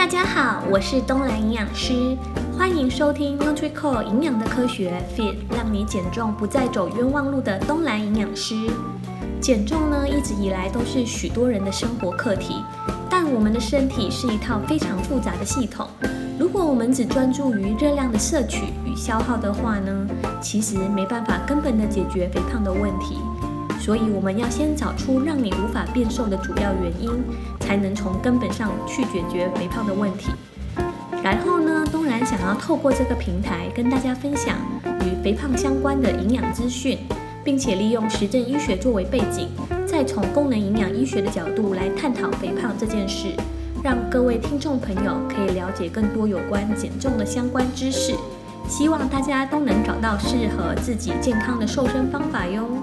大家好，我是东兰营养师，欢迎收听 NutriCore 营养的科学 Fit， 让你减重不再走冤枉路的东兰营养师。减重呢，一直以来都是许多人的生活课题，但我们的身体是一套非常复杂的系统。如果我们只专注于热量的摄取与消耗的话呢，其实没办法根本的解决肥胖的问题。所以我们要先找出让你无法变瘦的主要原因，才能从根本上去解决肥胖的问题。然后呢，东然想要透过这个平台跟大家分享与肥胖相关的营养资讯，并且利用实证医学作为背景，再从功能营养医学的角度来探讨肥胖这件事，让各位听众朋友可以了解更多有关减重的相关知识。希望大家都能找到适合自己健康的瘦身方法哟。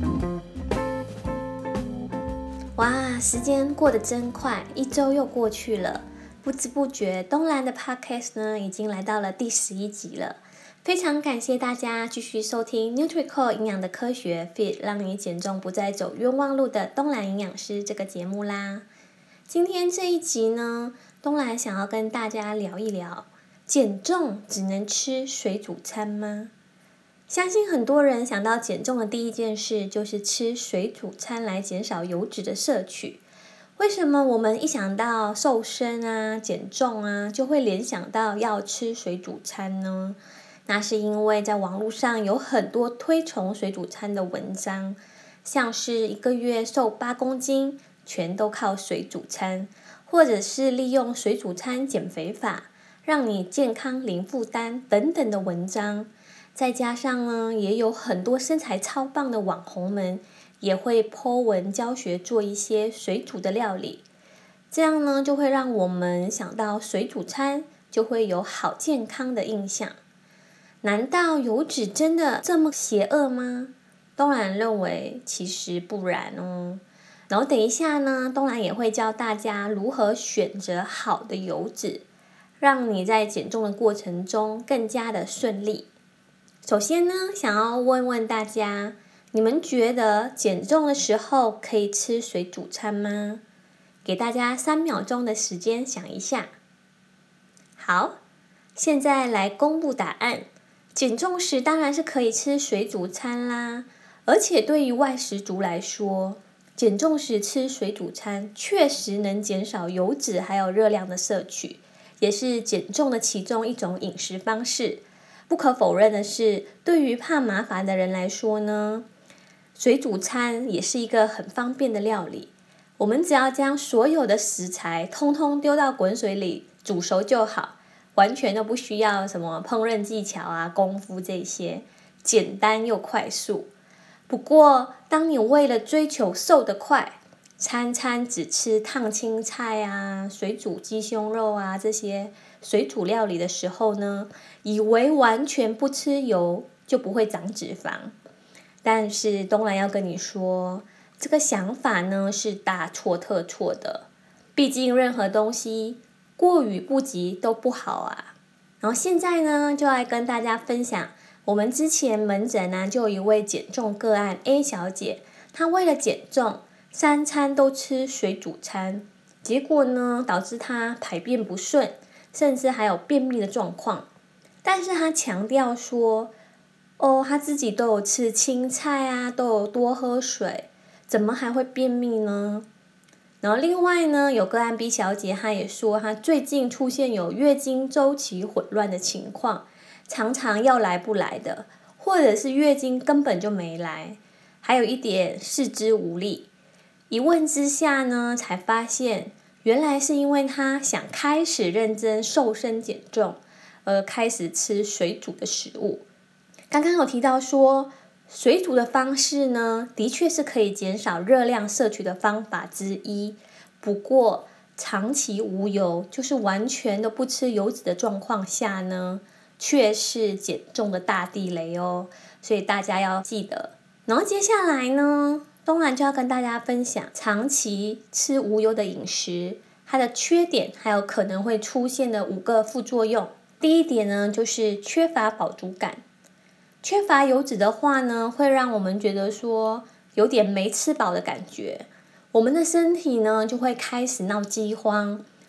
哇，时间过得真快，一周又过去了，不知不觉东兰的 Podcast 呢已经来到了第11集了。非常感谢大家继续收听 NutriCore 营养的科学 Fit， 让你减重不再走冤枉路的东兰营养师这个节目啦。今天这一集呢，东兰想要跟大家聊一聊，减重只能吃水煮餐吗？相信很多人想到减重的第一件事就是吃水煮餐来减少油脂的摄取。为什么我们一想到瘦身啊、减重啊，就会联想到要吃水煮餐呢？那是因为在网络上有很多推崇水煮餐的文章，像是1个月瘦8公斤，全都靠水煮餐，或者是利用水煮餐减肥法，让你健康零负担等等的文章。再加上呢，也有很多身材超棒的网红们也会 po 文教学做一些水煮的料理，这样呢就会让我们想到水煮餐就会有好健康的印象。难道油脂真的这么邪恶吗？东兰认为其实不然哦。然后等一下呢，东兰也会教大家如何选择好的油脂，让你在减重的过程中更加的顺利。首先呢，想要问问大家，你们觉得减重的时候可以吃水煮餐吗？给大家3秒钟的时间想一下。好，现在来公布答案。减重时当然是可以吃水煮餐啦，而且对于外食族来说，减重时吃水煮餐确实能减少油脂还有热量的摄取，也是减重的其中一种饮食方式。不可否认的是，对于怕麻烦的人来说呢，水煮餐也是一个很方便的料理。我们只要将所有的食材通通丢到滚水里煮熟就好，完全都不需要什么烹饪技巧啊、功夫这些，简单又快速。不过，当你为了追求瘦得快，餐餐只吃烫青菜啊、水煮鸡胸肉啊这些水煮料理的时候呢，以为完全不吃油就不会长脂肪。但是东兰要跟你说，这个想法呢是大错特错的。毕竟任何东西过与不及都不好啊。然后现在呢，就来跟大家分享，我们之前门诊呢就有一位减重个案 A 小姐，她为了减重，3餐都吃水煮餐，结果呢导致她排便不顺，甚至还有便秘的状况。但是她强调说，她自己都有吃青菜啊，都有多喝水，怎么还会便秘呢？然后另外呢，有个案 B 小姐，她也说她最近出现有月经周期混乱的情况，常常要来不来的，或者是月经根本就没来，还有一点四肢无力。一问之下呢，才发现原来是因为她想开始认真瘦身减重，而开始吃水煮的食物。刚刚有提到说，水煮的方式呢，的确是可以减少热量摄取的方法之一。不过，长期无油，就是完全都不吃油脂的状况下呢，却是减重的大地雷哦。所以大家要记得。然后接下来呢，东兰就要跟大家分享长期吃无油的饮食，它的缺点还有可能会出现的5个副作用。第一点呢，就是缺乏饱足感。缺乏油脂的话呢，会让我们觉得说有点没吃饱的感觉，我们的身体呢就会开始闹饥荒，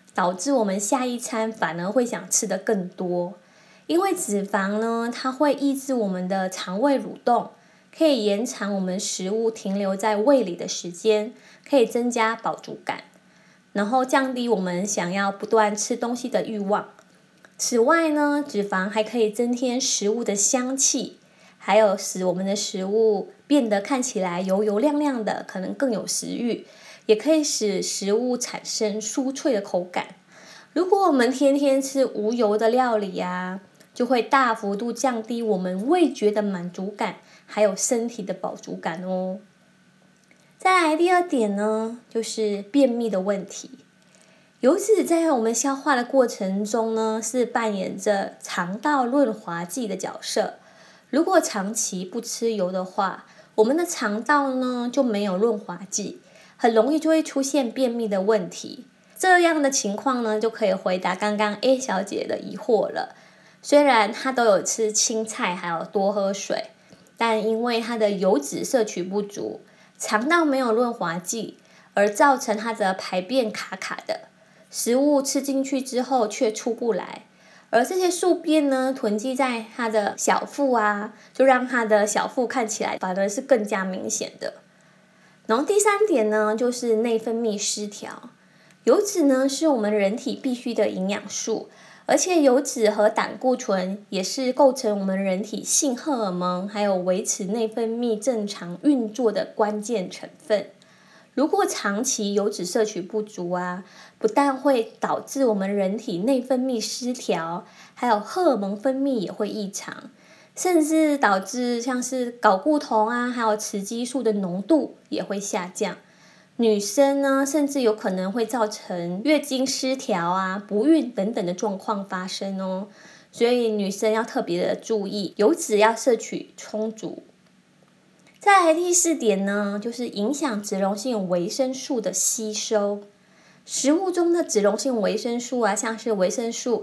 导致我们下一餐反而会想吃得更多。因为脂肪呢，它会抑制我们的肠胃蠕动，可以延长我们食物停留在胃里的时间，可以增加饱足感，然后降低我们想要不断吃东西的欲望。此外呢，脂肪还可以增添食物的香气，还有使我们的食物变得看起来油油亮亮的，可能更有食欲，也可以使食物产生酥脆的口感。如果我们天天吃无油的料理啊，就会大幅度降低我们味觉的满足感，还有身体的饱足感哦。再来第二点呢，就是便秘的问题。油脂在我们消化的过程中呢，是扮演着肠道润滑剂的角色。如果长期不吃油的话，我们的肠道呢就没有润滑剂，很容易就会出现便秘的问题。这样的情况呢，就可以回答刚刚 A 小姐的疑惑了。虽然她都有吃青菜，还有多喝水，但因为她的油脂摄取不足，肠道没有润滑剂，而造成她的排便卡卡的，食物吃进去之后却出不来，而这些宿便呢囤积在她的小腹啊，就让她的小腹看起来反而是更加明显的。然后第三点呢，就是内分泌失调。油脂呢是我们人体必需的营养素，而且油脂和胆固醇也是构成我们人体性荷尔蒙还有维持内分泌正常运作的关键成分。如果长期油脂摄取不足啊，不但会导致我们人体内分泌失调，还有荷尔蒙分泌也会异常，甚至导致像是睾固酮啊，还有雌激素的浓度也会下降。女生呢，甚至有可能会造成月经失调啊、不孕等等的状况发生哦。所以女生要特别的注意，油脂要摄取充足。再来第四点呢，就是影响脂溶性维生素的吸收。食物中的脂溶性维生素啊，像是维生素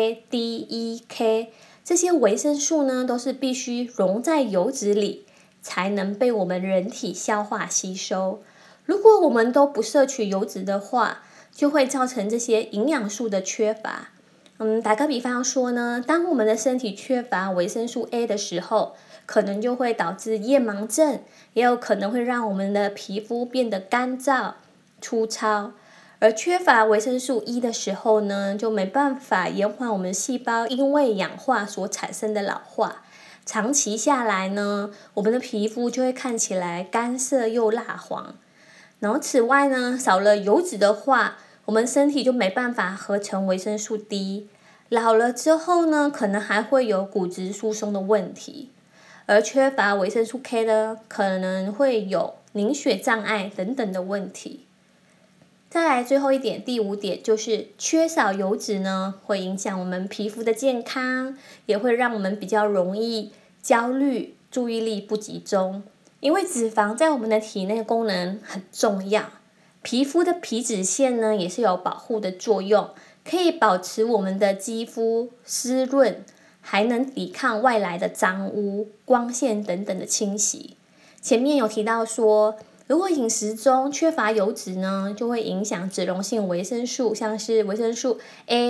A、D、E、K， 这些维生素呢，都是必须溶在油脂里，才能被我们人体消化吸收。如果我们都不摄取油脂的话，就会造成这些营养素的缺乏。打个比方说呢，当我们的身体缺乏维生素 A 的时候，可能就会导致夜盲症，也有可能会让我们的皮肤变得干燥、粗糙。而缺乏维生素 E 的时候呢，就没办法延缓我们细胞因为氧化所产生的老化。长期下来呢，我们的皮肤就会看起来干涩又蜡黄。然后此外呢，少了油脂的话，我们身体就没办法合成维生素 D， 老了之后呢，可能还会有骨质疏松的问题。而缺乏维生素 K 呢，可能会有凝血障碍等等的问题。再来最后一点，第五点，就是缺少油脂呢，会影响我们皮肤的健康，也会让我们比较容易焦虑、注意力不集中。因为脂肪在我们的体内功能很重要，皮肤的皮脂腺呢也是有保护的作用，可以保持我们的肌肤湿润，还能抵抗外来的脏污、光线等等的侵袭。前面有提到说，如果饮食中缺乏油脂呢，就会影响脂溶性维生素，像是维生素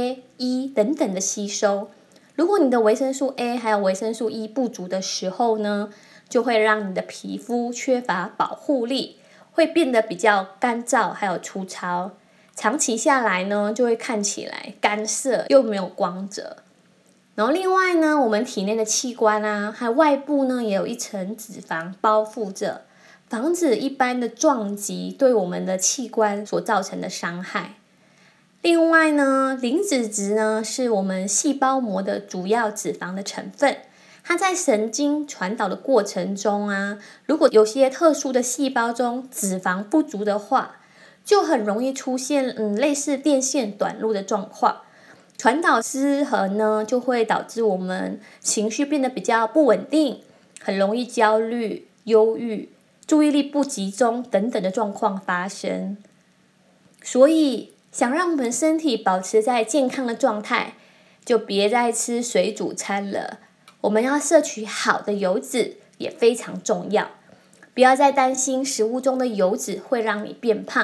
A、E 等等的吸收。如果你的维生素 A 还有维生素 E 不足的时候呢，就会让你的皮肤缺乏保护力，会变得比较干燥还有粗糙。长期下来呢，就会看起来干涩又没有光泽。然后另外呢，我们体内的器官啊，还有外部呢，也有一层脂肪包覆着，防止一般的撞击对我们的器官所造成的伤害。另外呢，磷脂质呢，是我们细胞膜的主要脂肪的成分。它在神经传导的过程中啊，如果有些特殊的细胞中脂肪不足的话，就很容易出现类似电线短路的状况。传导失衡呢，就会导致我们情绪变得比较不稳定，很容易焦虑、忧郁、注意力不集中等等的状况发生。所以想让我们身体保持在健康的状态，就别再吃水煮餐了。我们要摄取好的油脂也非常重要，不要再担心食物中的油脂会让你变胖，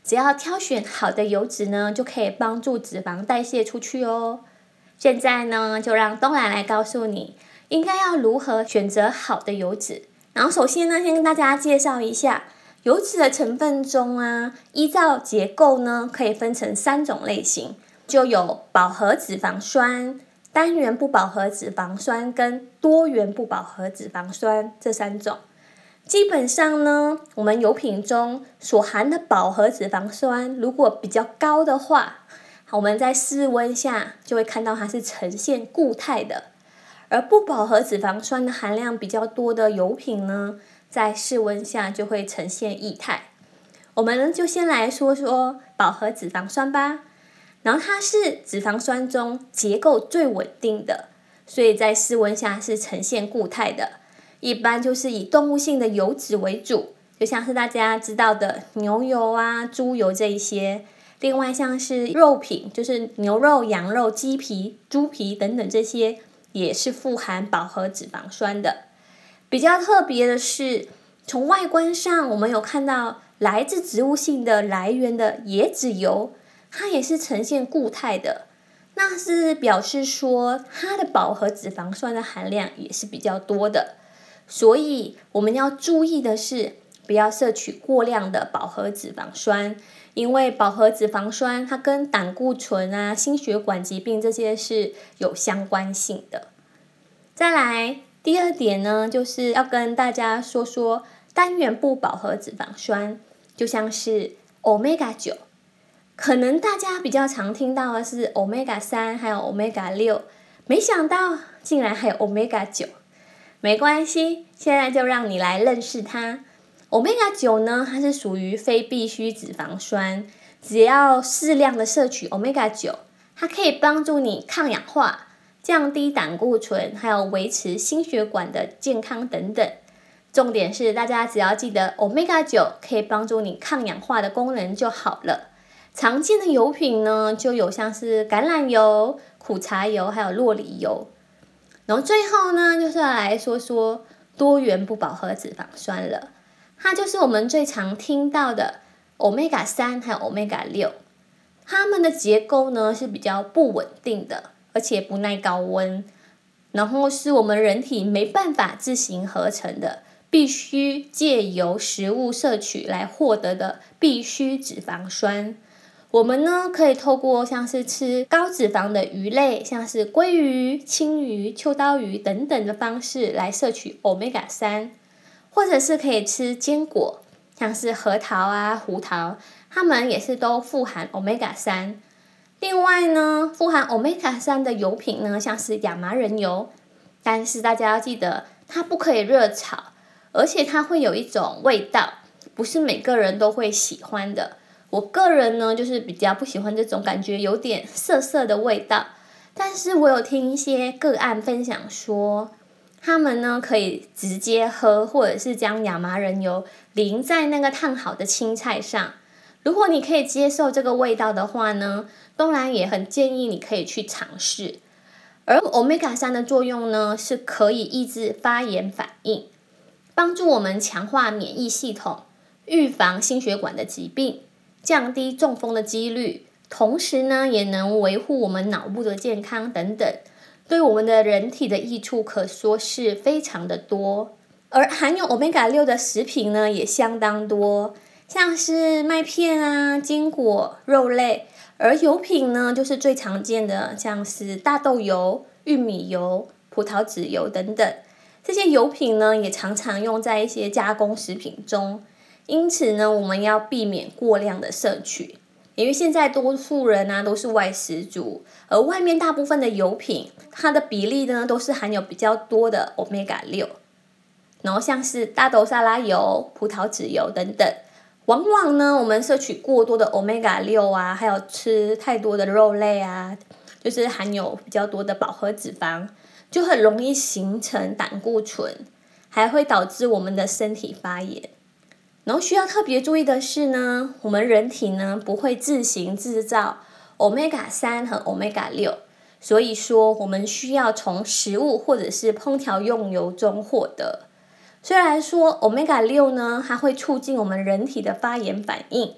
只要挑选好的油脂呢，就可以帮助脂肪代谢出去哦。现在呢，就让东兰来告诉你，应该要如何选择好的油脂。然后首先呢，先跟大家介绍一下油脂的成分中啊，依照结构呢，可以分成3种类型，就有饱和脂肪酸、单元不饱和脂肪酸跟多元不饱和脂肪酸这3种。基本上呢，我们油品中所含的饱和脂肪酸如果比较高的话，我们在室温下就会看到它是呈现固态的，而不饱和脂肪酸的含量比较多的油品呢，在室温下就会呈现液态。我们就先来说说饱和脂肪酸吧。然后它是脂肪酸中结构最稳定的，所以在室温下是呈现固态的。一般就是以动物性的油脂为主，就像是大家知道的牛油啊、猪油这一些。另外像是肉品，就是牛肉、羊肉、鸡皮、猪皮等等这些，也是富含饱和脂肪酸的。比较特别的是，从外观上我们有看到来自植物性的来源的椰子油，它也是呈现固态的，那是表示说它的饱和脂肪酸的含量也是比较多的。所以我们要注意的是，不要摄取过量的饱和脂肪酸，因为饱和脂肪酸它跟胆固醇啊、心血管疾病这些是有相关性的。再来第2点呢，就是要跟大家说说单元不饱和脂肪酸，就像是 Omega-9， 可能大家比较常听到的是 Omega-3 还有 Omega-6， 没想到竟然还有 Omega-9。没关系，现在就让你来认识它。Omega-9 呢，它是属于非必需脂肪酸，只要适量的摄取 Omega-9， 它可以帮助你抗氧化、降低胆固醇，还有维持心血管的健康等等。重点是大家只要记得 Omega-9 可以帮助你抗氧化的功能就好了。常见的油品呢，就有像是橄榄油、苦茶油，还有酪梨油。然后最后呢，就是要来说说多元不饱和脂肪酸了。它就是我们最常听到的 Omega-3 还有 Omega-6， 它们的结构呢是比较不稳定的，而且不耐高温，然后是我们人体没办法自行合成的，必须借由食物摄取来获得的必需脂肪酸。我们呢可以透过像是吃高脂肪的鱼类，像是鲑鱼、青鱼、秋刀鱼等等的方式来摄取 Omega-3， 或者是可以吃坚果，像是核桃啊、胡桃，它们也是都富含 Omega-3。另外呢，富含 Omega-3 的油品呢，像是亚麻仁油，但是大家要记得它不可以热炒，而且它会有一种味道，不是每个人都会喜欢的。我个人呢，就是比较不喜欢这种感觉有点涩涩的味道，但是我有听一些个案分享说，他们呢可以直接喝，或者是将亚麻仁油淋在那个烫好的青菜上。如果你可以接受这个味道的话呢，当然也很建议你可以去尝试。而 Omega-3 的作用呢，是可以抑制发炎反应，帮助我们强化免疫系统，预防心血管的疾病，降低中风的几率，同时呢，也能维护我们脑部的健康等等，对我们的人体的益处可说是非常的多。而含有 Omega-6 的食品呢，也相当多，像是麦片啊、坚果、肉类。而油品呢，就是最常见的，像是大豆油、玉米油、葡萄籽油等等。这些油品呢，也常常用在一些加工食品中。因此呢，我们要避免过量的摄取，因为现在多数人呢都是外食族，而外面大部分的油品，它的比例呢都是含有比较多的 Omega-6， 然后像是大豆沙拉油、葡萄籽油等等，往往呢我们摄取过多的 Omega-6 啊，还有吃太多的肉类啊，就是含有比较多的饱和脂肪，就很容易形成胆固醇，还会导致我们的身体发炎。然后需要特别注意的是呢，我们人体呢不会自行制造 Omega-3 和 Omega-6， 所以说我们需要从食物或者是烹调用油中获得。虽然说 Omega-6 呢，它会促进我们人体的发炎反应，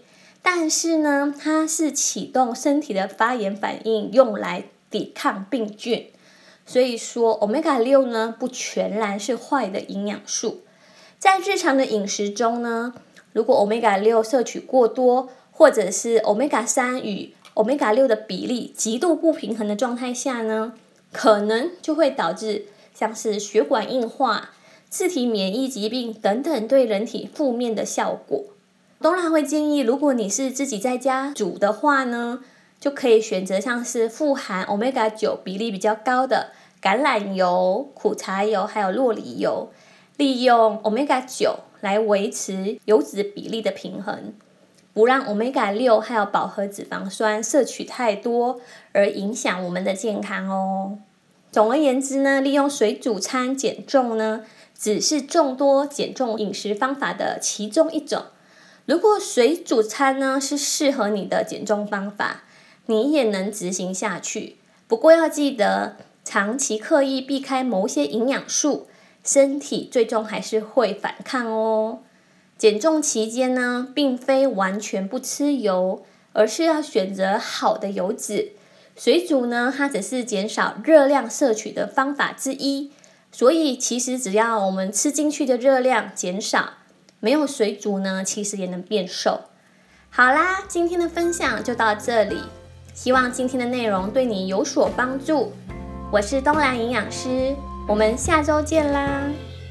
但是呢，它是启动身体的发炎反应，用来抵抗病菌。所以说 Omega-6 呢，不全然是坏的营养素。在日常的饮食中呢，如果 Omega-6 摄取过多，或者是 Omega-3 与 Omega-6 的比例极度不平衡的状态下呢，可能就会导致像是血管硬化、自体免疫疾病等等对人体负面的效果。东兰会建议，如果你是自己在家煮的话呢，就可以选择像是富含 Omega-9 比例比较高的橄榄油、苦茶油还有酪梨油，利用 Omega-9 来维持油脂比例的平衡，不让 Omega-6 还有饱和脂肪酸摄取太多，而影响我们的健康哦。总而言之呢，利用水煮餐减重呢，只是众多减重饮食方法的其中一种。如果水煮餐呢是适合你的减重方法，你也能执行下去。不过要记得，长期刻意避开某些营养素，身体最终还是会反抗哦。减重期间呢，并非完全不吃油，而是要选择好的油脂。水煮呢，它只是减少热量摄取的方法之一，所以其实只要我们吃进去的热量减少，没有水煮呢，其实也能变瘦。好啦，今天的分享就到这里，希望今天的内容对你有所帮助。我是东兰营养师，我们下周见啦！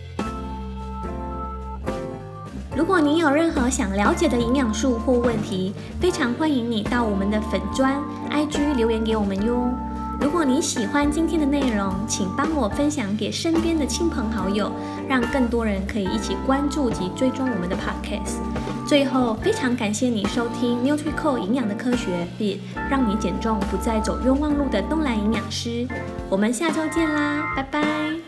如果你有任何想了解的营养素或问题，非常欢迎你到我们的粉专、IG 留言给我们哟。如果你喜欢今天的内容，请帮我分享给身边的亲朋好友，让更多人可以一起关注及追踪我们的 Podcast。最后，非常感谢你收听 NutriCore 营养的科学，并让你减重不再走冤枉路的东兰营养师。我们下周见啦，拜拜。